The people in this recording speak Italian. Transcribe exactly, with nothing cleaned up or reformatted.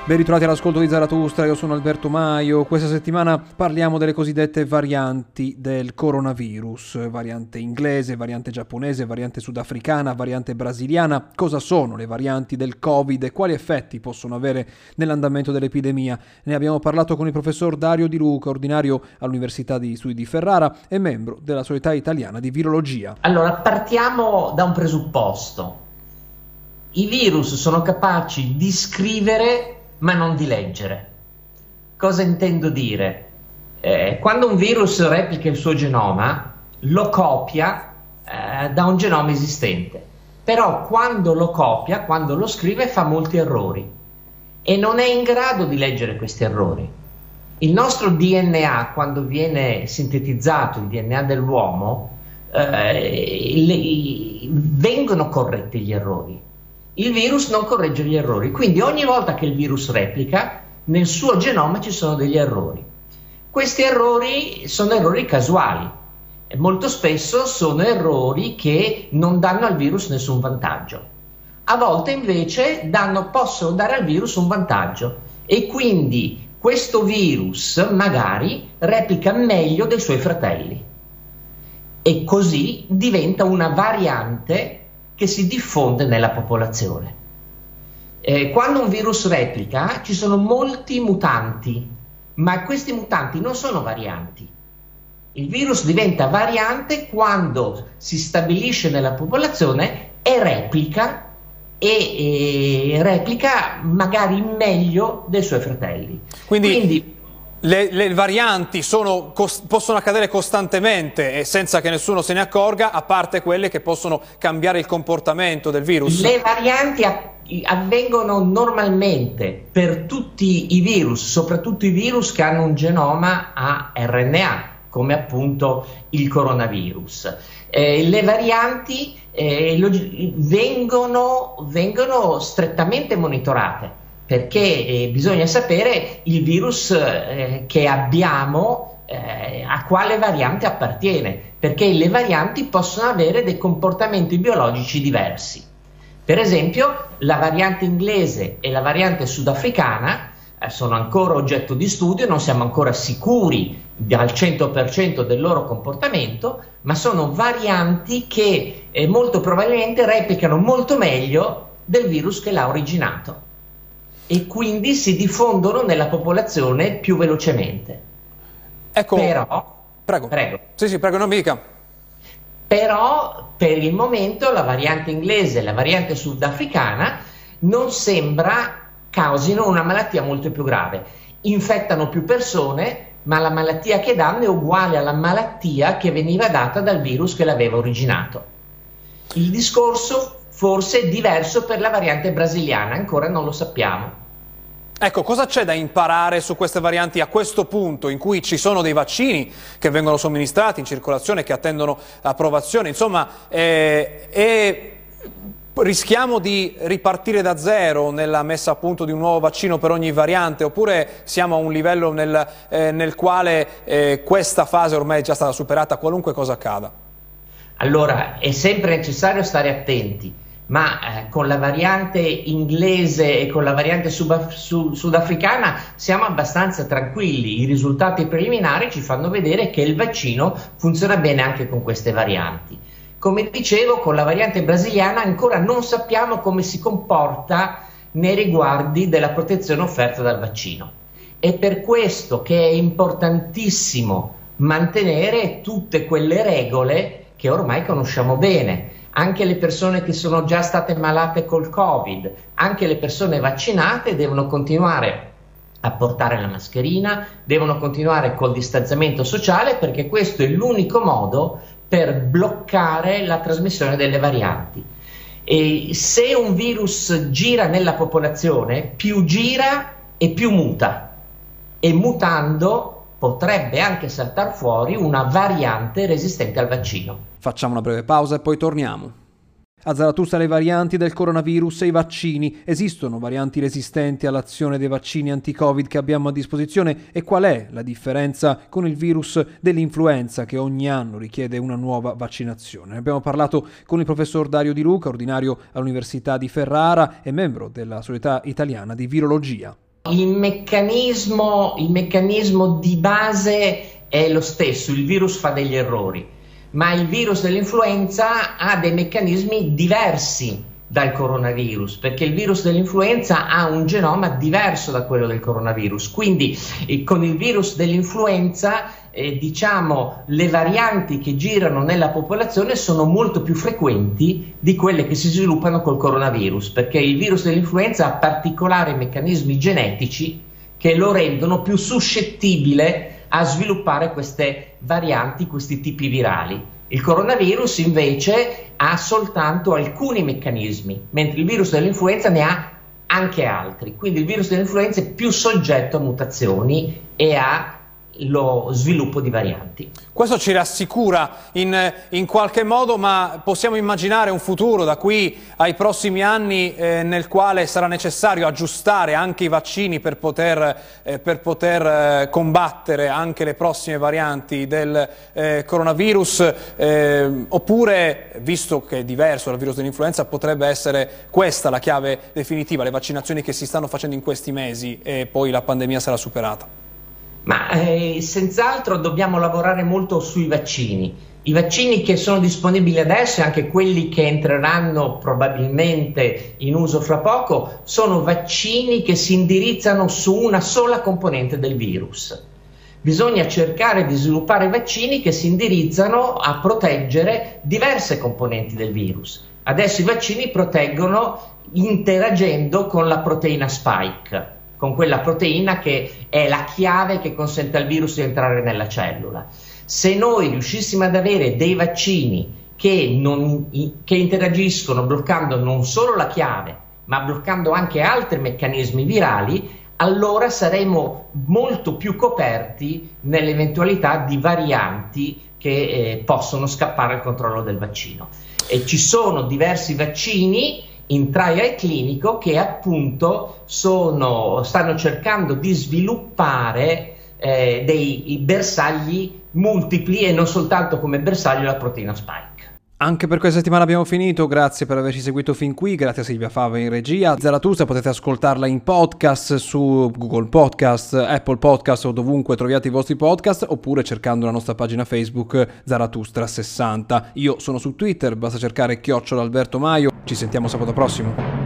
Ben ritrovati all'ascolto di Zarathustra, io sono Alberto Maio. Questa settimana parliamo delle cosiddette varianti del coronavirus, variante inglese, variante giapponese, variante sudafricana, variante brasiliana. Cosa sono le varianti del Covid e quali effetti possono avere nell'andamento dell'epidemia? Ne abbiamo parlato con il professor Dario Di Luca, ordinario all'Università di Studi di Ferrara e membro della Società Italiana di Virologia. Allora, partiamo da un presupposto. I virus sono capaci di scrivere ma non di leggere. Cosa intendo dire? Eh, quando un virus replica il suo genoma, lo copia eh, da un genoma esistente, però quando lo copia, quando lo scrive, fa molti errori e non è in grado di leggere questi errori. Il nostro D N A, quando viene sintetizzato, il D N A dell'uomo, eh, le, vengono corretti gli errori. Il virus non corregge gli errori, quindi ogni volta che il virus replica, nel suo genoma ci sono degli errori. Questi errori sono errori casuali e molto spesso sono errori che non danno al virus nessun vantaggio. A volte invece danno, possono dare al virus un vantaggio e quindi questo virus magari replica meglio dei suoi fratelli e così diventa una variante che si diffonde nella popolazione. Eh, quando un virus replica ci sono molti mutanti, ma questi mutanti non sono varianti. Il virus diventa variante quando si stabilisce nella popolazione e replica e, e replica magari meglio dei suoi fratelli. Quindi, Quindi Le, le varianti sono, cos, possono accadere costantemente e senza che nessuno se ne accorga, a parte quelle che possono cambiare il comportamento del virus. Le varianti avvengono normalmente per tutti i virus, soprattutto i virus che hanno un genoma a R N A, come appunto il coronavirus. Eh, le varianti eh, lo, vengono, vengono strettamente monitorate, perché eh, bisogna sapere il virus eh, che abbiamo eh, a quale variante appartiene, perché le varianti possono avere dei comportamenti biologici diversi. Per esempio, la variante inglese e la variante sudafricana eh, sono ancora oggetto di studio, non siamo ancora sicuri al cento per cento del loro comportamento, ma sono varianti che eh, molto probabilmente replicano molto meglio del virus che l'ha originato e quindi si diffondono nella popolazione più velocemente. Ecco, però, prego. prego. Sì, sì, prego, non mi dica. Però per il momento la variante inglese e la variante sudafricana non sembra causino una malattia molto più grave. Infettano più persone, ma la malattia che danno è uguale alla malattia che veniva data dal virus che l'aveva originato. Il discorso forse è diverso per la variante brasiliana, ancora non lo sappiamo. Ecco, cosa c'è da imparare su queste varianti a questo punto in cui ci sono dei vaccini che vengono somministrati in circolazione, che attendono approvazione, insomma, eh, e rischiamo di ripartire da zero nella messa a punto di un nuovo vaccino per ogni variante, oppure siamo a un livello nel, eh, nel quale eh, questa fase ormai è già stata superata, qualunque cosa accada? Allora, è sempre necessario stare attenti, ma eh, con la variante inglese e con la variante sub- su- sudafricana siamo abbastanza tranquilli. I risultati preliminari ci fanno vedere che il vaccino funziona bene anche con queste varianti. Come dicevo, con la variante brasiliana ancora non sappiamo come si comporta nei riguardi della protezione offerta dal vaccino. È per questo che è importantissimo mantenere tutte quelle regole che ormai conosciamo bene. Anche le persone che sono già state malate col Covid, anche le persone vaccinate devono continuare a portare la mascherina, devono continuare col distanziamento sociale, perché questo è l'unico modo per bloccare la trasmissione delle varianti. E se un virus gira nella popolazione, più gira e più muta, e mutando potrebbe anche saltar fuori una variante resistente al vaccino. Facciamo una breve pausa e poi torniamo. A Zarathustra le varianti del coronavirus e i vaccini. Esistono varianti resistenti all'azione dei vaccini anti-Covid che abbiamo a disposizione e qual è la differenza con il virus dell'influenza che ogni anno richiede una nuova vaccinazione? Ne abbiamo parlato con il professor Dario Di Luca, ordinario all'Università di Ferrara e membro della Società Italiana di Virologia. il meccanismo, il meccanismo di base è lo stesso, il virus fa degli errori, ma il virus dell'influenza ha dei meccanismi diversi dal coronavirus, perché il virus dell'influenza ha un genoma diverso da quello del coronavirus. Quindi eh, con il virus dell'influenza eh, diciamo le varianti che girano nella popolazione sono molto più frequenti di quelle che si sviluppano col coronavirus, perché il virus dell'influenza ha particolari meccanismi genetici che lo rendono più suscettibile a sviluppare queste varianti, questi tipi virali. Il coronavirus invece ha soltanto alcuni meccanismi, mentre il virus dell'influenza ne ha anche altri. Quindi il virus dell'influenza è più soggetto a mutazioni e a lo sviluppo di varianti. Questo ci rassicura in, in qualche modo, ma possiamo immaginare un futuro da qui ai prossimi anni eh, nel quale sarà necessario aggiustare anche i vaccini per poter, eh, per poter eh, combattere anche le prossime varianti del eh, coronavirus, eh, oppure, visto che è diverso dal virus dell'influenza, potrebbe essere questa la chiave definitiva, le vaccinazioni che si stanno facendo in questi mesi e poi la pandemia sarà superata? Ma eh, senz'altro dobbiamo lavorare molto sui vaccini. I vaccini che sono disponibili adesso e anche quelli che entreranno probabilmente in uso fra poco sono vaccini che si indirizzano su una sola componente del virus. Bisogna cercare di sviluppare vaccini che si indirizzano a proteggere diverse componenti del virus. Adesso i vaccini proteggono interagendo con la proteina spike, con quella proteina che è la chiave che consente al virus di entrare nella cellula. Se noi riuscissimo ad avere dei vaccini che, non, che interagiscono bloccando non solo la chiave, ma bloccando anche altri meccanismi virali, allora saremo molto più coperti nell'eventualità di varianti che eh, possono scappare al controllo del vaccino. E ci sono diversi vaccini in trial clinico che appunto sono, stanno cercando di sviluppare eh, dei bersagli multipli e non soltanto come bersaglio la proteina spike. Anche per questa settimana abbiamo finito, grazie per averci seguito fin qui, grazie a Silvia Fava in regia. Zarathustra potete ascoltarla in podcast su Google Podcast, Apple Podcast o dovunque troviate i vostri podcast, oppure cercando la nostra pagina Facebook Zarathustra sessanta. Io sono su Twitter, basta cercare chiocciola Alberto Maio, ci sentiamo sabato prossimo.